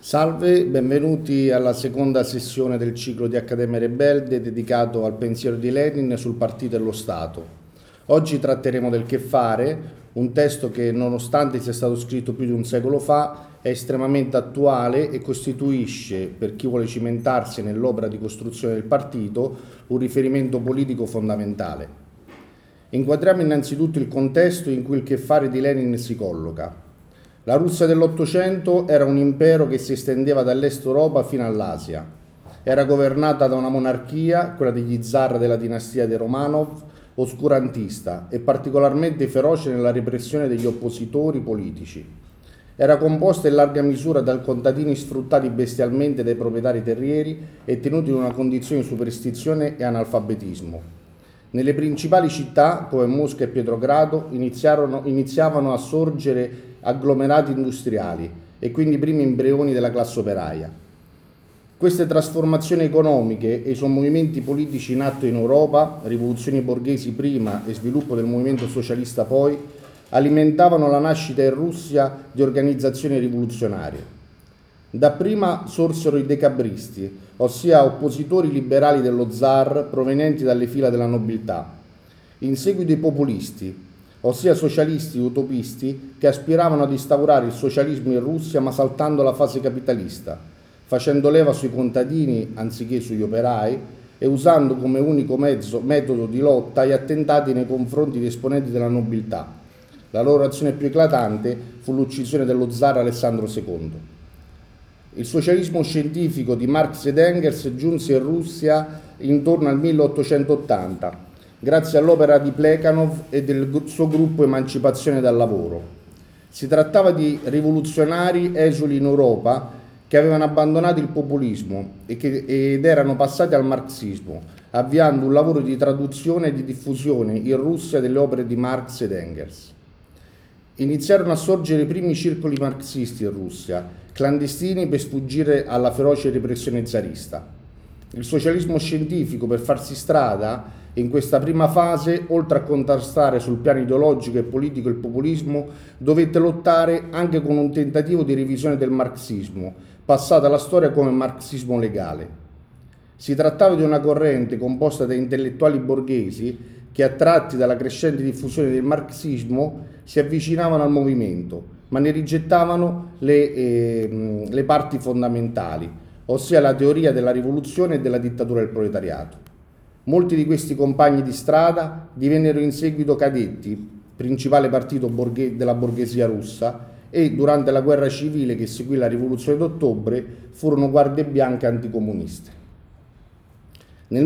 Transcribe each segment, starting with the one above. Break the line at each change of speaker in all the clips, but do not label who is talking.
Salve, benvenuti alla seconda sessione del ciclo di Accademia Rebelde dedicato al pensiero di Lenin sul partito e lo Stato. Oggi tratteremo del Che fare, un testo che nonostante sia stato scritto più di un secolo fa è estremamente attuale e costituisce, per chi vuole cimentarsi nell'opera di costruzione del partito, un riferimento politico fondamentale. Inquadriamo innanzitutto il contesto in cui il Che fare di Lenin si colloca. La Russia dell'Ottocento era un impero che si estendeva dall'est Europa fino all'Asia. Era governata da una monarchia, quella degli zar della dinastia dei Romanov, oscurantista e particolarmente feroce nella repressione degli oppositori politici. Era composta in larga misura da contadini sfruttati bestialmente dai proprietari terrieri e tenuti in una condizione di superstizione e analfabetismo. Nelle principali città, come Mosca e Pietrogrado, iniziavano a sorgere agglomerati industriali e quindi i primi embrioni della classe operaia. Queste trasformazioni economiche e i sommovimenti politici in atto in Europa, rivoluzioni borghesi prima e sviluppo del movimento socialista poi, alimentavano la nascita in Russia di organizzazioni rivoluzionarie. Dapprima sorsero i decabristi, ossia oppositori liberali dello zar provenienti dalle fila della nobiltà. In seguito i populisti, ossia socialisti utopisti che aspiravano ad instaurare il socialismo in Russia ma saltando la fase capitalista, facendo leva sui contadini anziché sugli operai e usando come unico metodo di lotta gli attentati nei confronti di esponenti della nobiltà. La loro azione più eclatante fu l'uccisione dello zar Alessandro II. Il socialismo scientifico di Marx ed Engels giunse in Russia intorno al 1880, grazie all'opera di Plekhanov e del suo gruppo Emancipazione dal Lavoro. Si trattava di rivoluzionari esuli in Europa che avevano abbandonato il populismo ed erano passati al marxismo, avviando un lavoro di traduzione e di diffusione in Russia delle opere di Marx ed Engels. Iniziarono a sorgere i primi circoli marxisti in Russia, clandestini per sfuggire alla feroce repressione zarista. Il socialismo scientifico, per farsi strada in questa prima fase, oltre a contrastare sul piano ideologico e politico il populismo, dovette lottare anche con un tentativo di revisione del marxismo, passato alla storia come marxismo legale. Si trattava di una corrente composta da intellettuali borghesi che, attratti dalla crescente diffusione del marxismo, si avvicinavano al movimento, ma ne rigettavano le parti fondamentali, ossia la teoria della rivoluzione e della dittatura del proletariato. Molti di questi compagni di strada divennero in seguito cadetti, principale partito della borghesia russa, e durante la guerra civile che seguì la rivoluzione d'ottobre furono guardie bianche anticomuniste. Nel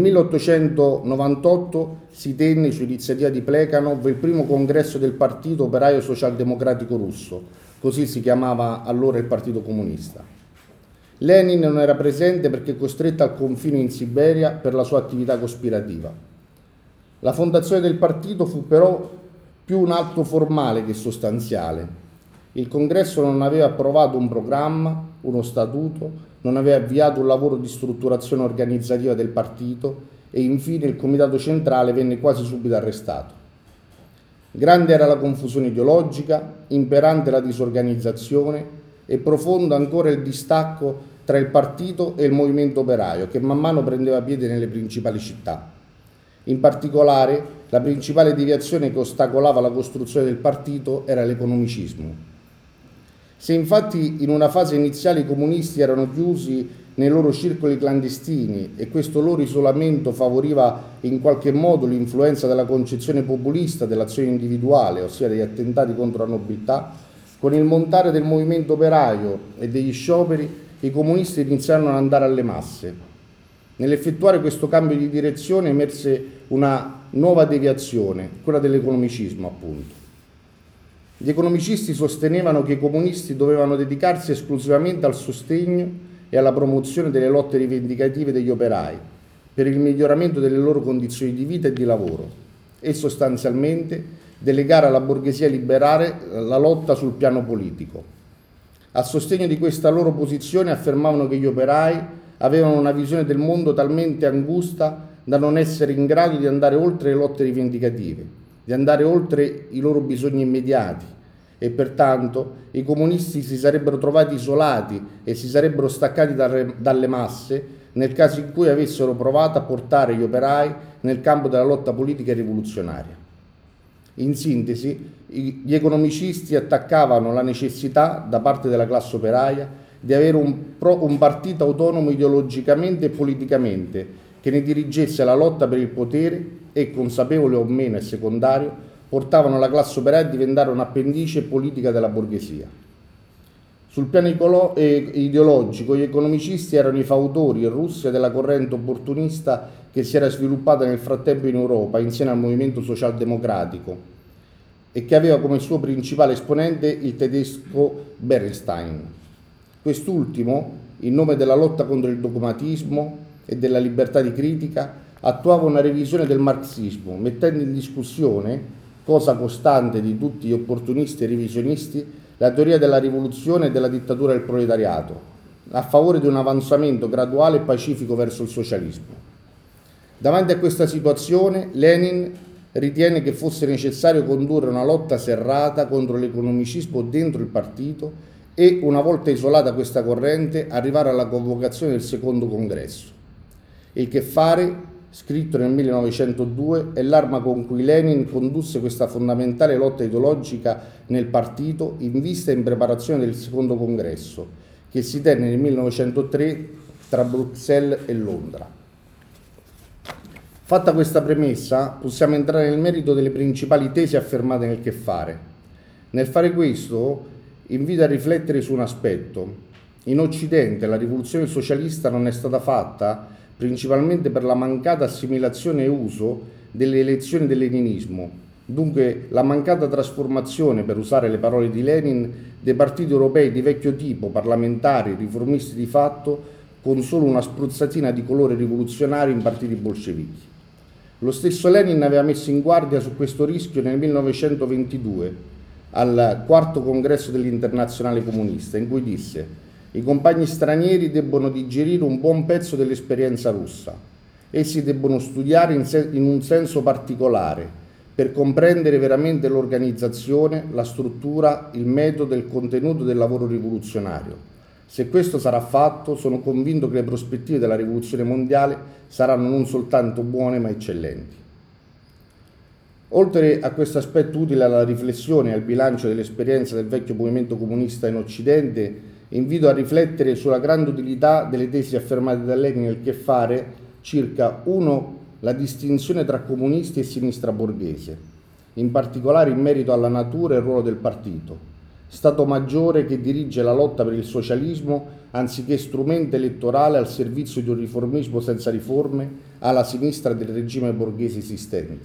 1898 si tenne, su iniziativa di Plekhanov, il primo congresso del Partito Operaio Socialdemocratico Russo, così si chiamava allora il Partito Comunista. Lenin non era presente perché costretto al confino in Siberia per la sua attività cospirativa. La fondazione del partito fu però più un atto formale che sostanziale. Il congresso non aveva approvato un programma, uno statuto, non aveva avviato un lavoro di strutturazione organizzativa del partito e infine il comitato centrale venne quasi subito arrestato. Grande era la confusione ideologica, imperante la disorganizzazione e profondo ancora il distacco tra il partito e il movimento operaio che man mano prendeva piede nelle principali città. In particolare, la principale deviazione che ostacolava la costruzione del partito era l'economicismo. Se infatti in una fase iniziale i comunisti erano chiusi nei loro circoli clandestini e questo loro isolamento favoriva in qualche modo l'influenza della concezione populista dell'azione individuale, ossia degli attentati contro la nobiltà, con il montare del movimento operaio e degli scioperi i comunisti iniziarono ad andare alle masse. Nell'effettuare questo cambio di direzione emerse una nuova deviazione, quella dell'economicismo appunto. Gli economicisti sostenevano che i comunisti dovevano dedicarsi esclusivamente al sostegno e alla promozione delle lotte rivendicative degli operai per il miglioramento delle loro condizioni di vita e di lavoro e sostanzialmente delegare alla borghesia liberale la lotta sul piano politico. A sostegno di questa loro posizione affermavano che gli operai avevano una visione del mondo talmente angusta da non essere in grado di andare oltre le lotte rivendicative, di andare oltre i loro bisogni immediati e pertanto i comunisti si sarebbero trovati isolati e si sarebbero staccati dalle masse nel caso in cui avessero provato a portare gli operai nel campo della lotta politica e rivoluzionaria. In sintesi, gli economicisti attaccavano la necessità da parte della classe operaia di avere un partito autonomo ideologicamente e politicamente che ne dirigesse la lotta per il potere e, consapevole o meno e secondario, portavano la classe operaia a diventare un'appendice politica della borghesia. Sul piano ideologico, gli economicisti erano i fautori in Russia della corrente opportunista che si era sviluppata nel frattempo in Europa insieme al movimento socialdemocratico e che aveva come suo principale esponente il tedesco Bernstein. Quest'ultimo, in nome della lotta contro il dogmatismo e della libertà di critica, attuava una revisione del marxismo, mettendo in discussione, cosa costante di tutti gli opportunisti e revisionisti, la teoria della rivoluzione e della dittatura del proletariato, a favore di un avanzamento graduale e pacifico verso il socialismo. Davanti a questa situazione, Lenin ritiene che fosse necessario condurre una lotta serrata contro l'economicismo dentro il partito e, una volta isolata questa corrente, arrivare alla convocazione del secondo congresso. Il che fare, scritto nel 1902, è l'arma con cui Lenin condusse questa fondamentale lotta ideologica nel partito in vista e in preparazione del secondo congresso, che si tenne nel 1903 tra Bruxelles e Londra. Fatta questa premessa, possiamo entrare nel merito delle principali tesi affermate nel che fare. Nel fare questo, invito a riflettere su un aspetto. In Occidente la rivoluzione socialista non è stata fatta principalmente per la mancata assimilazione e uso delle elezioni del leninismo, dunque la mancata trasformazione, per usare le parole di Lenin, dei partiti europei di vecchio tipo, parlamentari, riformisti di fatto, con solo una spruzzatina di colore rivoluzionario in partiti bolscevichi. Lo stesso Lenin aveva messo in guardia su questo rischio nel 1922, al quarto congresso dell'Internazionale Comunista, in cui disse: i compagni stranieri debbono digerire un buon pezzo dell'esperienza russa. Essi debbono studiare in un senso particolare per comprendere veramente l'organizzazione, la struttura, il metodo e il contenuto del lavoro rivoluzionario. Se questo sarà fatto, sono convinto che le prospettive della rivoluzione mondiale saranno non soltanto buone ma eccellenti. Oltre a questo aspetto utile alla riflessione e al bilancio dell'esperienza del vecchio movimento comunista in Occidente, invito a riflettere sulla grande utilità delle tesi affermate da Lenin nel che fare circa 1. La distinzione tra comunisti e sinistra borghese, in particolare in merito alla natura e il ruolo del partito, Stato maggiore che dirige la lotta per il socialismo anziché strumento elettorale al servizio di un riformismo senza riforme alla sinistra del regime borghese esistente.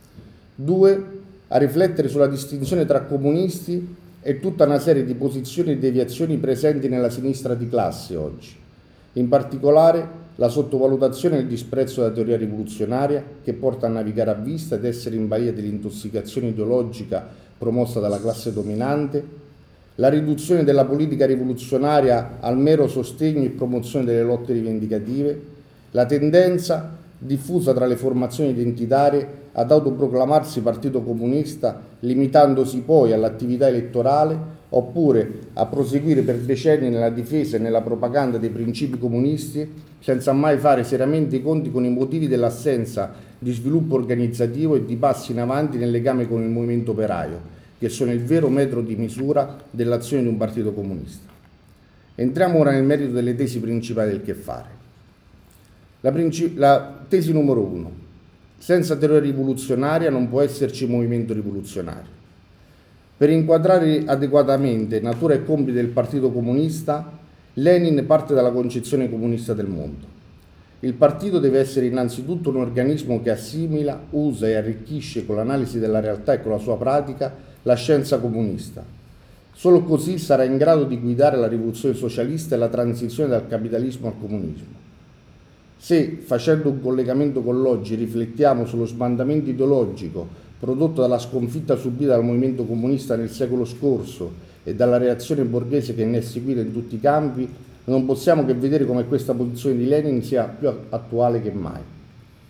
2. A riflettere sulla distinzione tra comunisti e tutta una serie di posizioni e deviazioni presenti nella sinistra di classe oggi, in particolare la sottovalutazione e il disprezzo della teoria rivoluzionaria che porta a navigare a vista ed essere in balia dell'intossicazione ideologica promossa dalla classe dominante, la riduzione della politica rivoluzionaria al mero sostegno e promozione delle lotte rivendicative, la tendenza diffusa tra le formazioni identitarie ad autoproclamarsi partito comunista, limitandosi poi all'attività elettorale, oppure a proseguire per decenni nella difesa e nella propaganda dei principi comunisti, senza mai fare seriamente i conti con i motivi dell'assenza di sviluppo organizzativo e di passi in avanti nel legame con il movimento operaio, che sono il vero metro di misura dell'azione di un partito comunista. Entriamo ora nel merito delle tesi principali del che fare. La tesi numero 1. Senza teoria rivoluzionaria non può esserci movimento rivoluzionario. Per inquadrare adeguatamente natura e compiti del Partito Comunista, Lenin parte dalla concezione comunista del mondo. Il partito deve essere innanzitutto un organismo che assimila, usa e arricchisce con l'analisi della realtà e con la sua pratica la scienza comunista. Solo così sarà in grado di guidare la rivoluzione socialista e la transizione dal capitalismo al comunismo. Se, facendo un collegamento con l'oggi, riflettiamo sullo sbandamento ideologico prodotto dalla sconfitta subita dal movimento comunista nel secolo scorso e dalla reazione borghese che ne è seguita in tutti i campi, non possiamo che vedere come questa posizione di Lenin sia più attuale che mai.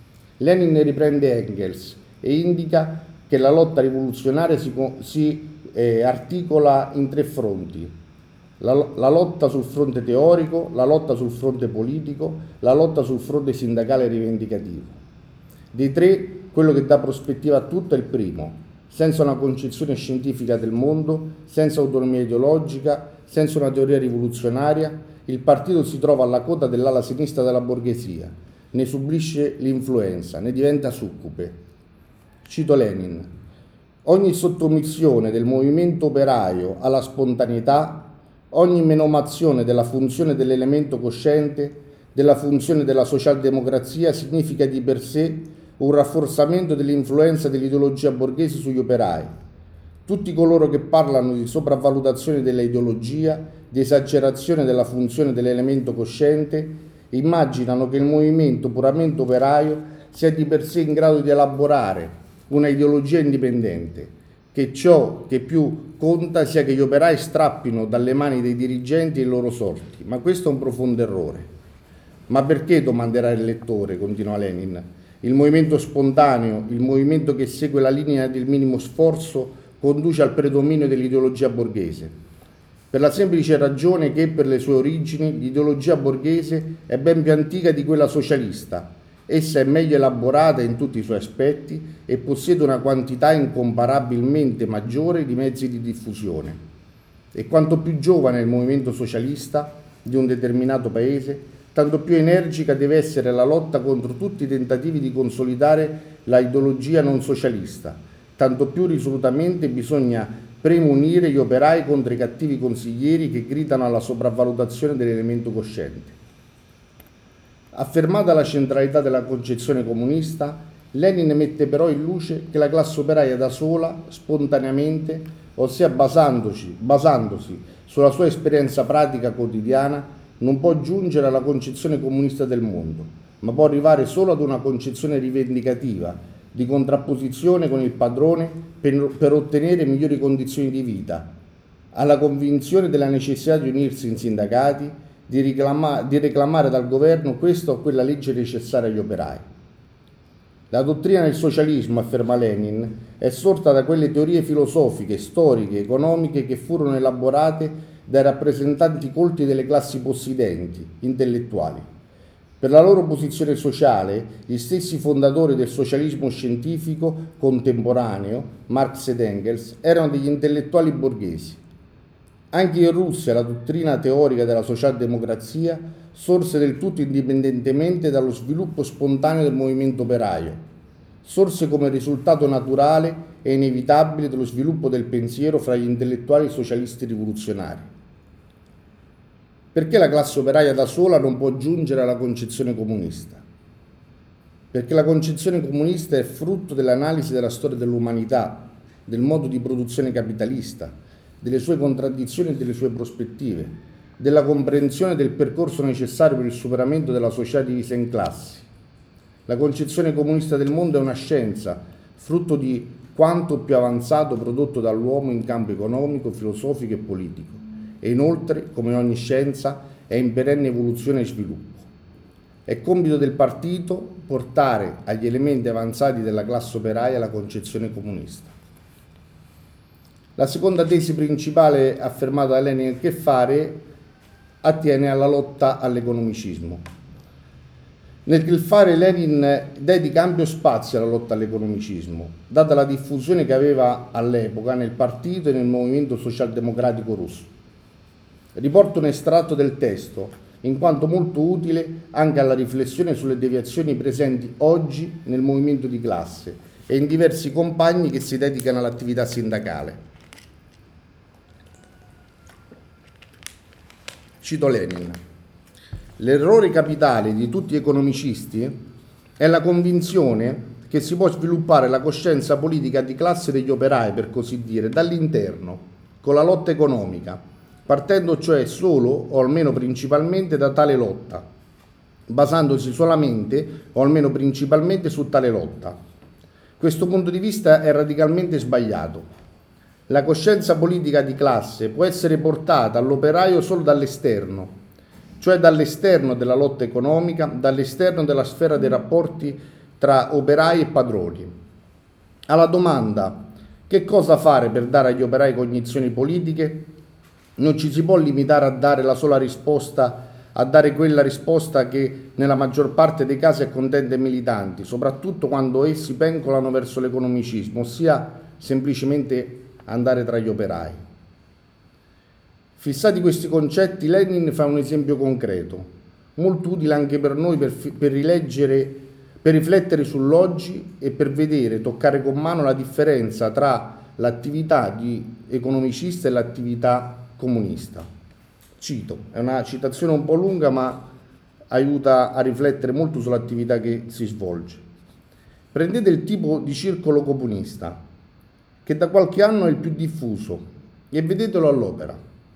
Lenin riprende Engels e indica che la lotta rivoluzionaria si articola in 3 fronti: la lotta sul fronte teorico, la lotta sul fronte politico, la lotta sul fronte sindacale rivendicativo. Dei 3, quello che dà prospettiva a tutto è il primo: senza una concezione scientifica del mondo, senza autonomia ideologica, senza una teoria rivoluzionaria, il partito si trova alla coda dell'ala sinistra della borghesia, ne subisce l'influenza, ne diventa succube. Cito Lenin: ogni sottomissione del movimento operaio alla spontaneità, ogni menomazione della funzione dell'elemento cosciente, della funzione della socialdemocrazia, significa di per sé un rafforzamento dell'influenza dell'ideologia borghese sugli operai. Tutti coloro che parlano di sopravvalutazione dell'ideologia, di esagerazione della funzione dell'elemento cosciente, immaginano che il movimento puramente operaio sia di per sé in grado di elaborare una ideologia indipendente, che ciò che più conta sia che gli operai strappino dalle mani dei dirigenti i loro sorti. Ma questo è un profondo errore. Ma perché, domanderà il lettore, continua Lenin, il movimento spontaneo, il movimento che segue la linea del minimo sforzo, conduce al predominio dell'ideologia borghese? Per la semplice ragione che, per le sue origini, l'ideologia borghese è ben più antica di quella socialista. Essa è meglio elaborata in tutti i suoi aspetti e possiede una quantità incomparabilmente maggiore di mezzi di diffusione. E quanto più giovane è il movimento socialista di un determinato paese, tanto più energica deve essere la lotta contro tutti i tentativi di consolidare la ideologia non socialista, tanto più risolutamente bisogna premunire gli operai contro i cattivi consiglieri che gridano alla sopravvalutazione dell'elemento cosciente. Affermata la centralità della concezione comunista, Lenin mette però in luce che la classe operaia da sola, spontaneamente, ossia basandosi sulla sua esperienza pratica quotidiana, non può giungere alla concezione comunista del mondo, ma può arrivare solo ad una concezione rivendicativa, di contrapposizione con il padrone per ottenere migliori condizioni di vita, alla convinzione della necessità di unirsi in sindacati, di reclamare dal governo questa o quella legge necessaria agli operai. La dottrina del socialismo, afferma Lenin, è sorta da quelle teorie filosofiche, storiche, economiche che furono elaborate dai rappresentanti colti delle classi possidenti, intellettuali. Per la loro posizione sociale, gli stessi fondatori del socialismo scientifico contemporaneo, Marx ed Engels, erano degli intellettuali borghesi. Anche in Russia la dottrina teorica della socialdemocrazia sorse del tutto indipendentemente dallo sviluppo spontaneo del movimento operaio, sorse come risultato naturale e inevitabile dello sviluppo del pensiero fra gli intellettuali socialisti rivoluzionari. Perché la classe operaia da sola non può giungere alla concezione comunista? Perché la concezione comunista è frutto dell'analisi della storia dell'umanità, del modo di produzione capitalista, delle sue contraddizioni e delle sue prospettive, della comprensione del percorso necessario per il superamento della società divisa in classi. La concezione comunista del mondo è una scienza, frutto di quanto più avanzato prodotto dall'uomo in campo economico, filosofico e politico, e inoltre, come in ogni scienza, è in perenne evoluzione e sviluppo. È compito del partito portare agli elementi avanzati della classe operaia la concezione comunista. La seconda tesi principale affermata da Lenin nel Che fare attiene alla lotta all'economicismo. Nel Che fare Lenin dedica ampio spazio alla lotta all'economicismo, data la diffusione che aveva all'epoca nel partito e nel movimento socialdemocratico russo. Riporto un estratto del testo, in quanto molto utile anche alla riflessione sulle deviazioni presenti oggi nel movimento di classe e in diversi compagni che si dedicano all'attività sindacale. Cito Lenin: l'errore capitale di tutti gli economicisti è la convinzione che si può sviluppare la coscienza politica di classe degli operai, per così dire, dall'interno, con la lotta economica, partendo cioè solo, o almeno principalmente, da tale lotta, basandosi solamente, o almeno principalmente, su tale lotta. Questo punto di vista è radicalmente sbagliato. La coscienza politica di classe può essere portata all'operaio solo dall'esterno, cioè dall'esterno della lotta economica, dall'esterno della sfera dei rapporti tra operai e padroni. Alla domanda Che cosa fare per dare agli operai cognizioni politiche? Non ci si può limitare a dare la sola risposta, a dare quella risposta che nella maggior parte dei casi accontenta i militanti, soprattutto quando essi pencolano verso l'economicismo, ossia semplicemente andare tra gli operai. Fissati questi concetti, Lenin fa un esempio concreto, molto utile anche per noi per riflettere sull'oggi e per vedere, toccare con mano la differenza tra l'attività di economicista e l'attività comunista. Cito, è una citazione un po' lunga ma aiuta a riflettere molto sull'attività che si svolge. Prendete il tipo di circolo comunista, che da qualche anno è il più diffuso, e vedetelo all'opera.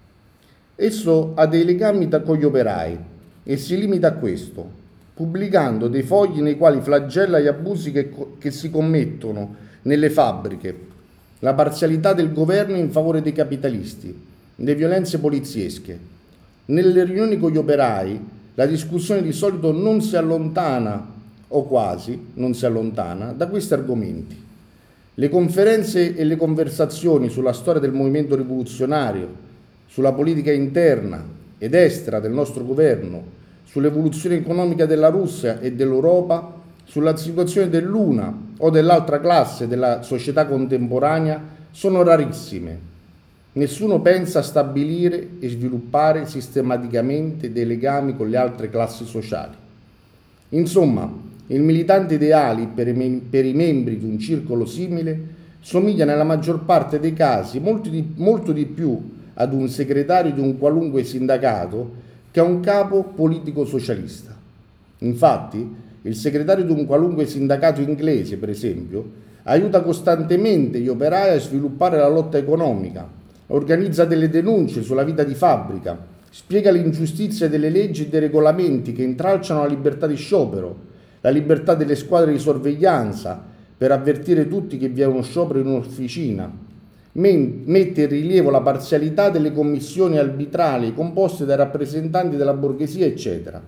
Esso ha dei legami con gli operai e si limita a questo, pubblicando dei fogli nei quali flagella gli abusi che si commettono nelle fabbriche, la parzialità del governo in favore dei capitalisti, le violenze poliziesche. Nelle riunioni con gli operai la discussione di solito non si allontana, o quasi non si allontana, da questi argomenti. Le conferenze e le conversazioni sulla storia del movimento rivoluzionario, sulla politica interna ed estera del nostro governo, sull'evoluzione economica della Russia e dell'Europa, sulla situazione dell'una o dell'altra classe della società contemporanea sono rarissime. Nessuno pensa a stabilire e sviluppare sistematicamente dei legami con le altre classi sociali. Insomma, il militante ideale per i membri di un circolo simile somiglia nella maggior parte dei casi molto di più ad un segretario di un qualunque sindacato che a un capo politico socialista. Infatti, il segretario di un qualunque sindacato inglese, per esempio, aiuta costantemente gli operai a sviluppare la lotta economica, organizza delle denunce sulla vita di fabbrica, spiega l'ingiustizia delle leggi e dei regolamenti che intralciano la libertà di sciopero, la libertà delle squadre di sorveglianza per avvertire tutti che vi è uno sciopero in un'officina, mette in rilievo la parzialità delle commissioni arbitrali composte dai rappresentanti della borghesia, eccetera.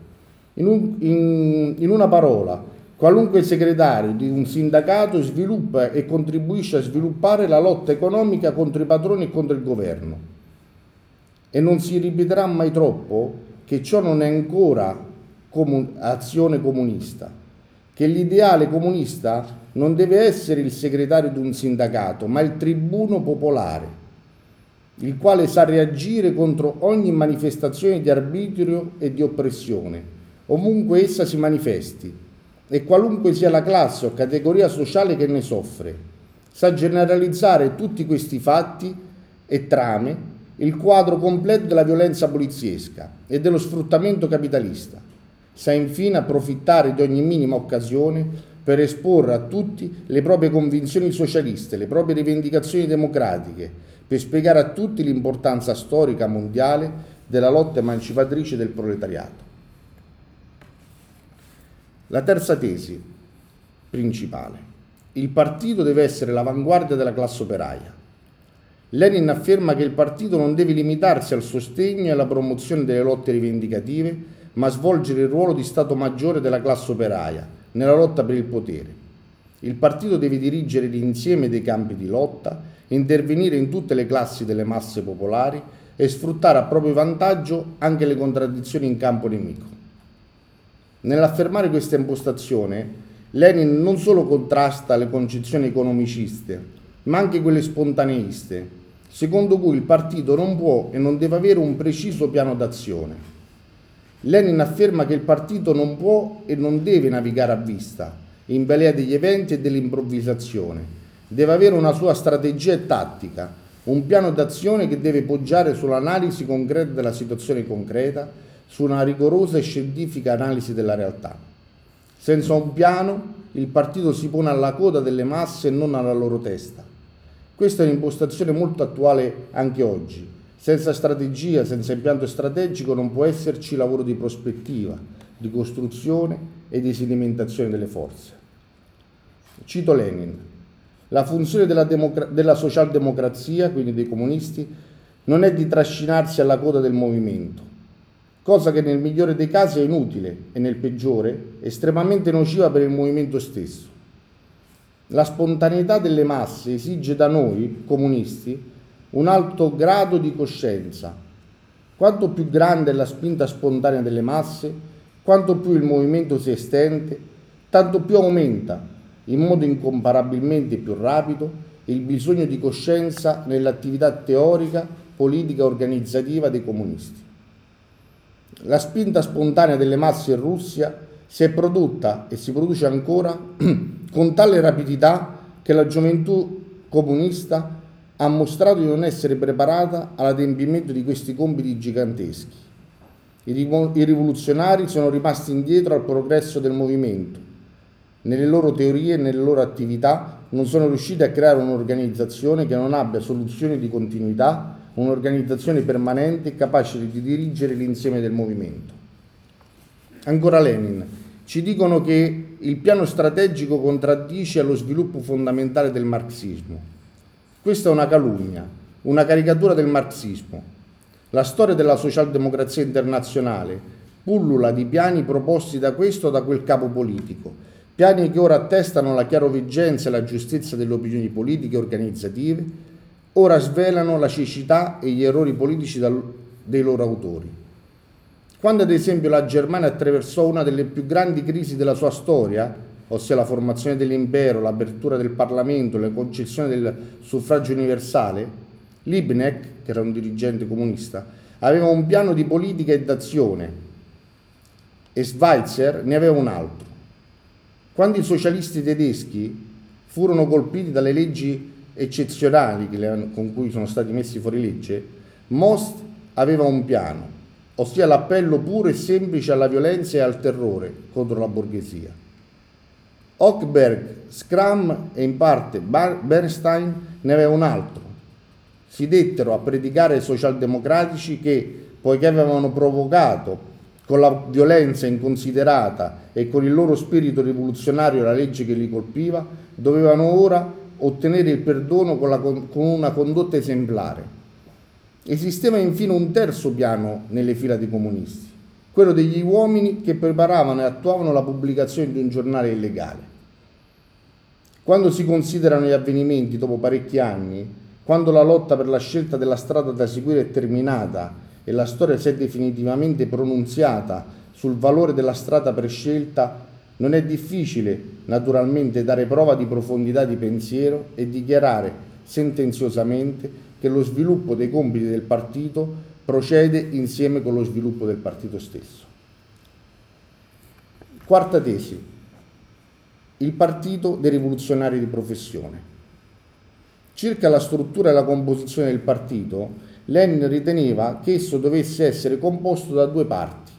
In una parola, qualunque segretario di un sindacato sviluppa e contribuisce a sviluppare la lotta economica contro i padroni e contro il governo. E non si ripeterà mai troppo che ciò non è ancora azione comunista, che l'ideale comunista non deve essere il segretario di un sindacato, ma il tribuno popolare, il quale sa reagire contro ogni manifestazione di arbitrio e di oppressione, ovunque essa si manifesti, e qualunque sia la classe o categoria sociale che ne soffre. Sa generalizzare tutti questi fatti e trame, il quadro completo della violenza poliziesca e dello sfruttamento capitalista. Sa infine approfittare di ogni minima occasione per esporre a tutti le proprie convinzioni socialiste, le proprie rivendicazioni democratiche, per spiegare a tutti l'importanza storica mondiale della lotta emancipatrice del proletariato. La terza tesi principale. Il partito deve essere l'avanguardia della classe operaia. Lenin afferma che il partito non deve limitarsi al sostegno e alla promozione delle lotte rivendicative, ma svolgere il ruolo di Stato maggiore della classe operaia, nella lotta per il potere. Il partito deve dirigere l'insieme dei campi di lotta, intervenire in tutte le classi delle masse popolari e sfruttare a proprio vantaggio anche le contraddizioni in campo nemico. Nell'affermare questa impostazione, Lenin non solo contrasta le concezioni economiciste, ma anche quelle spontaneiste, secondo cui il partito non può e non deve avere un preciso piano d'azione. Lenin afferma che il partito non può e non deve navigare a vista, in balia degli eventi e dell'improvvisazione. Deve avere una sua strategia e tattica, un piano d'azione che deve poggiare sull'analisi concreta della situazione concreta, su una rigorosa e scientifica analisi della realtà. Senza un piano, il partito si pone alla coda delle masse e non alla loro testa. Questa è un'impostazione molto attuale anche oggi. Senza strategia, senza impianto strategico non può esserci lavoro di prospettiva, di costruzione e di sedimentazione delle forze. Cito Lenin: la funzione della socialdemocrazia, quindi dei comunisti, non è di trascinarsi alla coda del movimento, cosa che nel migliore dei casi è inutile e nel peggiore estremamente nociva per il movimento stesso. La spontaneità delle masse esige da noi, comunisti, un alto grado di coscienza. Quanto più grande è la spinta spontanea delle masse, quanto più il movimento si estende, tanto più aumenta, in modo incomparabilmente più rapido, il bisogno di coscienza nell'attività teorica, politica e organizzativa dei comunisti. La spinta spontanea delle masse in Russia si è prodotta e si produce ancora con tale rapidità che la gioventù comunista ha mostrato di non essere preparata all'adempimento di questi compiti giganteschi. I rivoluzionari sono rimasti indietro al progresso del movimento. Nelle loro teorie e nelle loro attività non sono riusciti a creare un'organizzazione che non abbia soluzioni di continuità, un'organizzazione permanente capace di dirigere l'insieme del movimento. Ancora Lenin. Ci dicono che il piano strategico contraddice allo sviluppo fondamentale del marxismo. Questa è una calunnia, una caricatura del marxismo. La storia della socialdemocrazia internazionale pullula di piani proposti da questo o da quel capo politico, piani che ora attestano la chiaroveggenza e la giustezza delle opinioni politiche e organizzative, ora svelano la cecità e gli errori politici dei loro autori. Quando ad esempio la Germania attraversò una delle più grandi crisi della sua storia, ossia la formazione dell'impero, l'apertura del Parlamento, la concessione del suffragio universale, Liebknecht, che era un dirigente comunista, aveva un piano di politica e d'azione e Schweitzer ne aveva un altro. Quando i socialisti tedeschi furono colpiti dalle leggi eccezionali con cui sono stati messi fuori legge, Most aveva un piano, ossia l'appello puro e semplice alla violenza e al terrore contro la borghesia. Hochberg, Schramm e in parte Bernstein ne aveva un altro. Si dettero a predicare ai socialdemocratici che, poiché avevano provocato con la violenza inconsiderata e con il loro spirito rivoluzionario la legge che li colpiva, dovevano ora ottenere il perdono con una condotta esemplare. Esisteva infine un terzo piano nelle fila dei comunisti, quello degli uomini che preparavano e attuavano la pubblicazione di un giornale illegale. Quando si considerano gli avvenimenti dopo parecchi anni, quando la lotta per la scelta della strada da seguire è terminata e la storia si è definitivamente pronunziata sul valore della strada prescelta, non è difficile naturalmente dare prova di profondità di pensiero e dichiarare sentenziosamente che lo sviluppo dei compiti del partito procede insieme con lo sviluppo del partito stesso. Quarta tesi: il partito dei rivoluzionari di professione. Circa la struttura e la composizione del partito, Lenin riteneva che esso dovesse essere composto da due parti.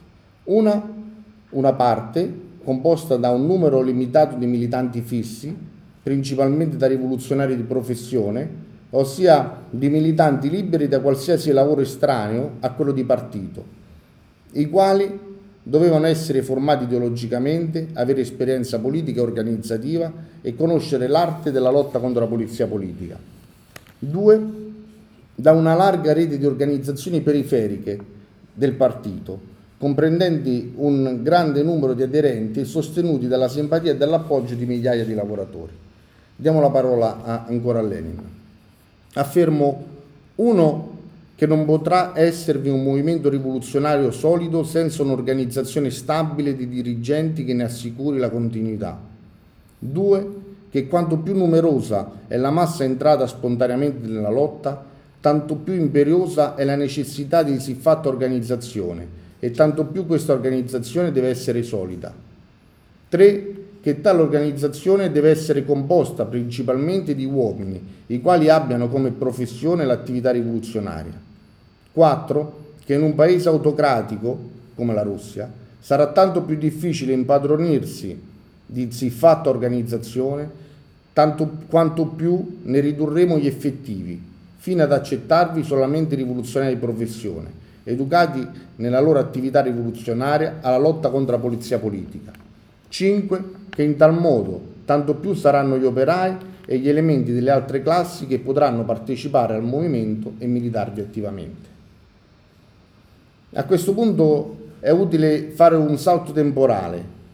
Una parte composta da un numero limitato di militanti fissi, principalmente da rivoluzionari di professione, ossia di militanti liberi da qualsiasi lavoro estraneo a quello di partito, i quali dovevano essere formati ideologicamente, avere esperienza politica e organizzativa e conoscere l'arte della lotta contro la polizia politica. 2. Da una larga rete di organizzazioni periferiche del partito, comprendenti un grande numero di aderenti e sostenuti dalla simpatia e dall'appoggio di migliaia di lavoratori. Diamo la parola ancora a Lenin. Affermo: 1. Che non potrà esservi un movimento rivoluzionario solido senza un'organizzazione stabile di dirigenti che ne assicuri la continuità. 2. Che quanto più numerosa è la massa entrata spontaneamente nella lotta, tanto più imperiosa è la necessità di siffatta organizzazione e tanto più questa organizzazione deve essere solida. 3. Che tale organizzazione deve essere composta principalmente di uomini, i quali abbiano come professione l'attività rivoluzionaria. 4. Che in un paese autocratico, come la Russia, sarà tanto più difficile impadronirsi di siffatta organizzazione, quanto più ne ridurremo gli effettivi, fino ad accettarvi solamente rivoluzionari di professione, educati nella loro attività rivoluzionaria alla lotta contro la polizia politica. 5. Che in tal modo tanto più saranno gli operai e gli elementi delle altre classi che potranno partecipare al movimento e militarvi attivamente. A questo punto è utile fare un salto temporale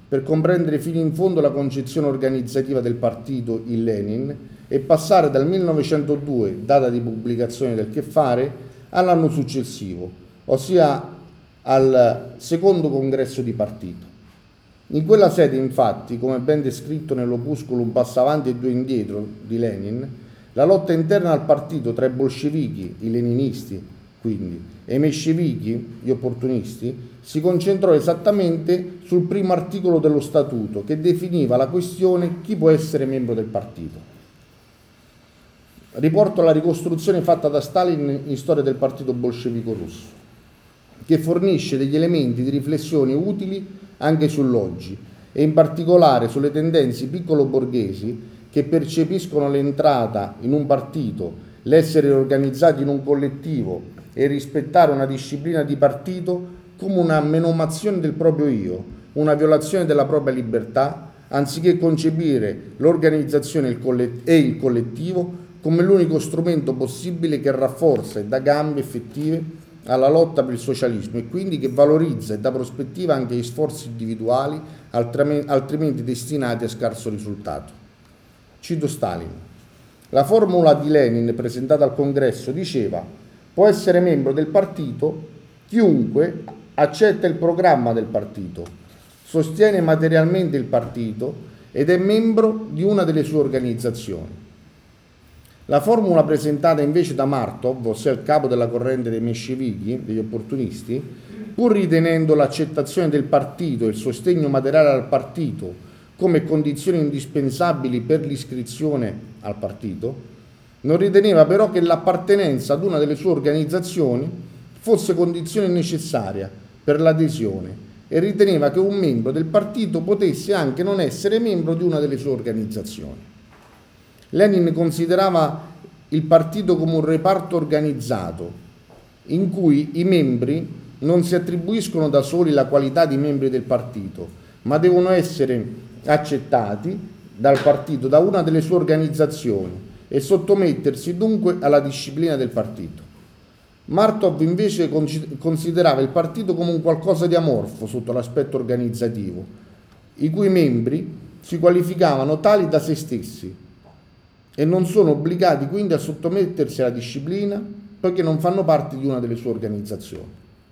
per comprendere fino in fondo la concezione organizzativa del partito in Lenin e passare dal 1902, data di pubblicazione del Che fare, all'anno successivo, ossia al secondo congresso di partito. In quella sede, infatti, come ben descritto nell'opuscolo Un passo avanti e due indietro di Lenin, la lotta interna al partito tra i bolscevichi, i leninisti, quindi, e i menscevichi, gli opportunisti, si concentrò esattamente sul primo articolo dello statuto che definiva la questione chi può essere membro del partito. Riporto la ricostruzione fatta da Stalin in Storia del partito bolscevico russo, che fornisce degli elementi di riflessione utili anche sull'oggi e in particolare sulle tendenze piccolo-borghesi che percepiscono l'entrata in un partito, l'essere organizzati in un collettivo e rispettare una disciplina di partito come una menomazione del proprio io, una violazione della propria libertà, anziché concepire l'organizzazione e il collettivo come l'unico strumento possibile che rafforza e dà gambe effettive alla lotta per il socialismo e quindi che valorizza e dà prospettiva anche agli sforzi individuali altrimenti destinati a scarso risultato. Cito Stalin. La formula di Lenin presentata al congresso diceva: può essere membro del partito chiunque accetta il programma del partito, sostiene materialmente il partito ed è membro di una delle sue organizzazioni. La formula presentata invece da Martov, ossia il capo della corrente dei menscevichi, degli opportunisti, pur ritenendo l'accettazione del partito e il sostegno materiale al partito come condizioni indispensabili per l'iscrizione al partito, non riteneva però che l'appartenenza ad una delle sue organizzazioni fosse condizione necessaria per l'adesione e riteneva che un membro del partito potesse anche non essere membro di una delle sue organizzazioni. Lenin considerava il partito come un reparto organizzato in cui i membri non si attribuiscono da soli la qualità di membri del partito, ma devono essere accettati dal partito, da una delle sue organizzazioni e sottomettersi dunque alla disciplina del partito. Martov invece considerava il partito come un qualcosa di amorfo sotto l'aspetto organizzativo, i cui membri si qualificavano tali da se stessi e non sono obbligati quindi a sottomettersi alla disciplina poiché non fanno parte di una delle sue organizzazioni.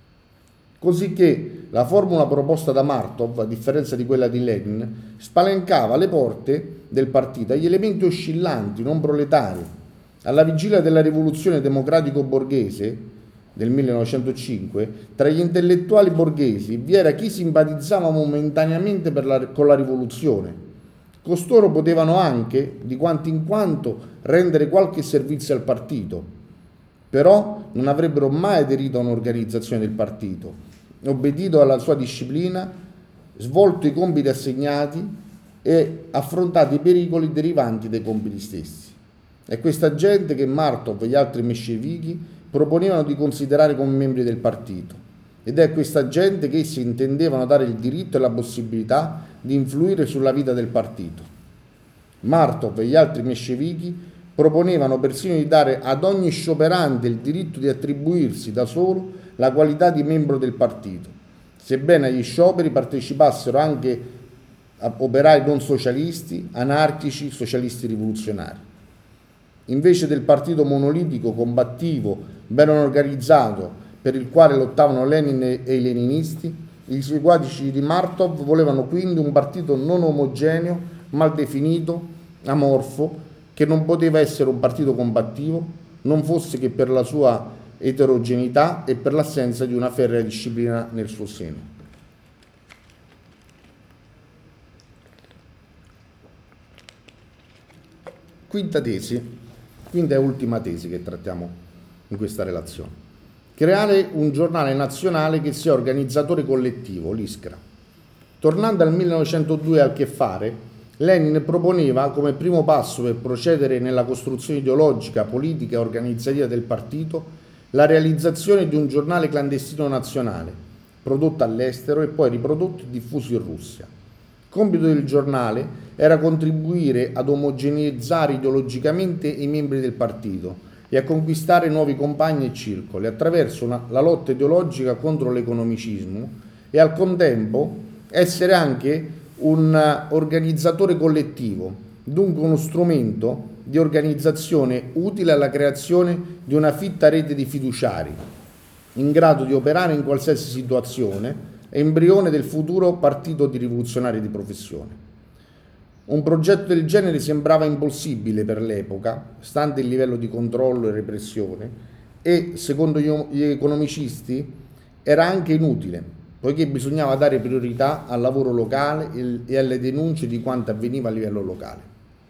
Cosicché la formula proposta da Martov, a differenza di quella di Lenin, spalancava le porte del partito agli elementi oscillanti, non proletari. Alla vigilia della rivoluzione democratico-borghese del 1905, tra gli intellettuali borghesi vi era chi simpatizzava momentaneamente con la rivoluzione. Costoro potevano anche, di quanto in quanto, rendere qualche servizio al partito, però non avrebbero mai aderito a un'organizzazione del partito, obbedito alla sua disciplina, svolto i compiti assegnati e affrontato i pericoli derivanti dai compiti stessi. È questa gente che Martov e gli altri menscevichi proponevano di considerare come membri del partito. Ed è questa gente che essi intendevano dare il diritto e la possibilità di influire sulla vita del partito. Martov e gli altri menscevichi proponevano persino di dare ad ogni scioperante il diritto di attribuirsi da solo la qualità di membro del partito, sebbene agli scioperi partecipassero anche operai non socialisti, anarchici, socialisti rivoluzionari. Invece del partito monolitico, combattivo, ben organizzato, per il quale lottavano Lenin e i leninisti, i seguaci di Martov volevano quindi un partito non omogeneo, mal definito, amorfo, che non poteva essere un partito combattivo, non fosse che per la sua eterogeneità e per l'assenza di una ferrea disciplina nel suo seno. Quinta e ultima tesi che trattiamo in questa relazione. Creare un giornale nazionale che sia organizzatore collettivo, l'Iskra. Tornando al 1902 al Che fare, Lenin proponeva come primo passo per procedere nella costruzione ideologica, politica e organizzativa del partito la realizzazione di un giornale clandestino nazionale, prodotto all'estero e poi riprodotto e diffuso in Russia. Il compito del giornale era contribuire ad omogeneizzare ideologicamente i membri del partito e a conquistare nuovi compagni e circoli attraverso la lotta ideologica contro l'economicismo e al contempo essere anche un organizzatore collettivo, dunque uno strumento di organizzazione utile alla creazione di una fitta rete di fiduciari, in grado di operare in qualsiasi situazione, embrione del futuro partito di rivoluzionari di professione. Un progetto del genere sembrava impossibile per l'epoca, stante il livello di controllo e repressione, e, secondo gli economicisti, era anche inutile, poiché bisognava dare priorità al lavoro locale e alle denunce di quanto avveniva a livello locale.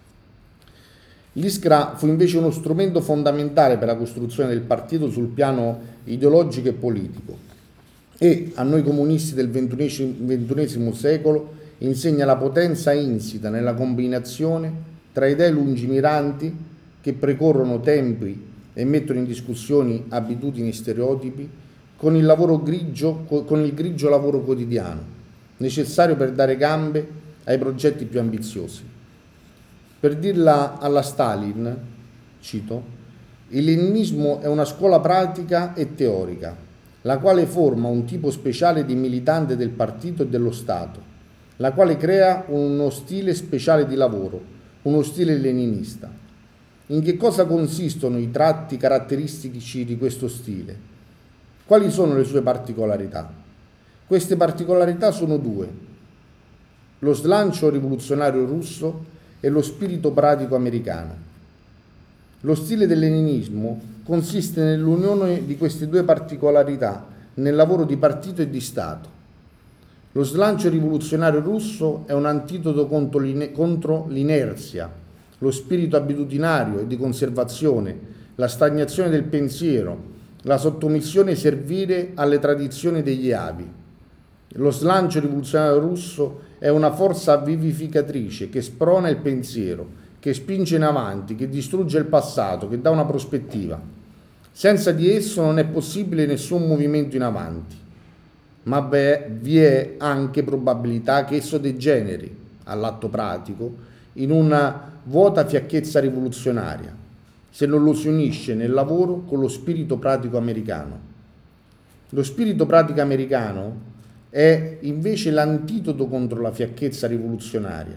L'Iskra fu invece uno strumento fondamentale per la costruzione del partito sul piano ideologico e politico e, a noi comunisti del XXI secolo, insegna la potenza insita nella combinazione tra idee lungimiranti che precorrono tempi e mettono in discussione abitudini e stereotipi con il grigio lavoro quotidiano, necessario per dare gambe ai progetti più ambiziosi. Per dirla alla Stalin, cito, il leninismo è una scuola pratica e teorica, la quale forma un tipo speciale di militante del partito e dello Stato, la quale crea uno stile speciale di lavoro, uno stile leninista. In che cosa consistono i tratti caratteristici di questo stile? Quali sono le sue particolarità? Queste particolarità sono due: lo slancio rivoluzionario russo e lo spirito pratico americano. Lo stile del leninismo consiste nell'unione di queste due particolarità nel lavoro di partito e di Stato. Lo slancio rivoluzionario russo è un antidoto contro l'inerzia, lo spirito abitudinario e di conservazione, la stagnazione del pensiero, la sottomissione servile alle tradizioni degli avi. Lo slancio rivoluzionario russo è una forza vivificatrice che sprona il pensiero, che spinge in avanti, che distrugge il passato, che dà una prospettiva. Senza di esso non è possibile nessun movimento in avanti, ma vi è anche probabilità che esso degeneri, all'atto pratico, in una vuota fiacchezza rivoluzionaria, se non lo si unisce nel lavoro con lo spirito pratico americano. Lo spirito pratico americano è invece l'antidoto contro la fiacchezza rivoluzionaria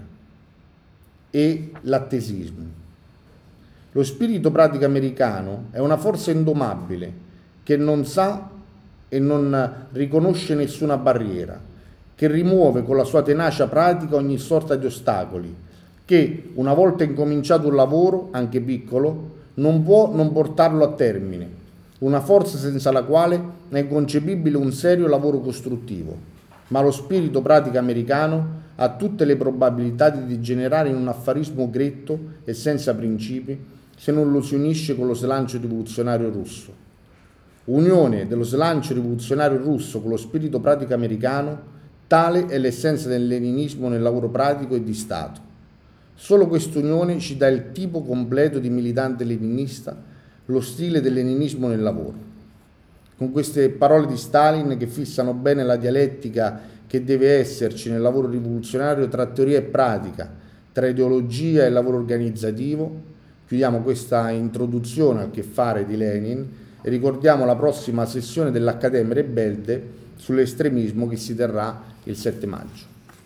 e l'attesismo. Lo spirito pratico americano è una forza indomabile che non sa e non riconosce nessuna barriera, che rimuove con la sua tenacia pratica ogni sorta di ostacoli, che, una volta incominciato un lavoro, anche piccolo, non può non portarlo a termine, una forza senza la quale è inconcepibile un serio lavoro costruttivo. Ma lo spirito pratico americano ha tutte le probabilità di degenerare in un affarismo gretto e senza principi se non lo si unisce con lo slancio rivoluzionario russo. Unione dello slancio rivoluzionario russo con lo spirito pratico americano, tale è l'essenza del leninismo nel lavoro pratico e di Stato. Solo quest'unione ci dà il tipo completo di militante leninista, lo stile del leninismo nel lavoro. Con queste parole di Stalin, che fissano bene la dialettica che deve esserci nel lavoro rivoluzionario tra teoria e pratica, tra ideologia e lavoro organizzativo, chiudiamo questa introduzione al che fare di Lenin e ricordiamo la prossima sessione dell'Accademia Rebelde sull'estremismo che si terrà il 7 maggio.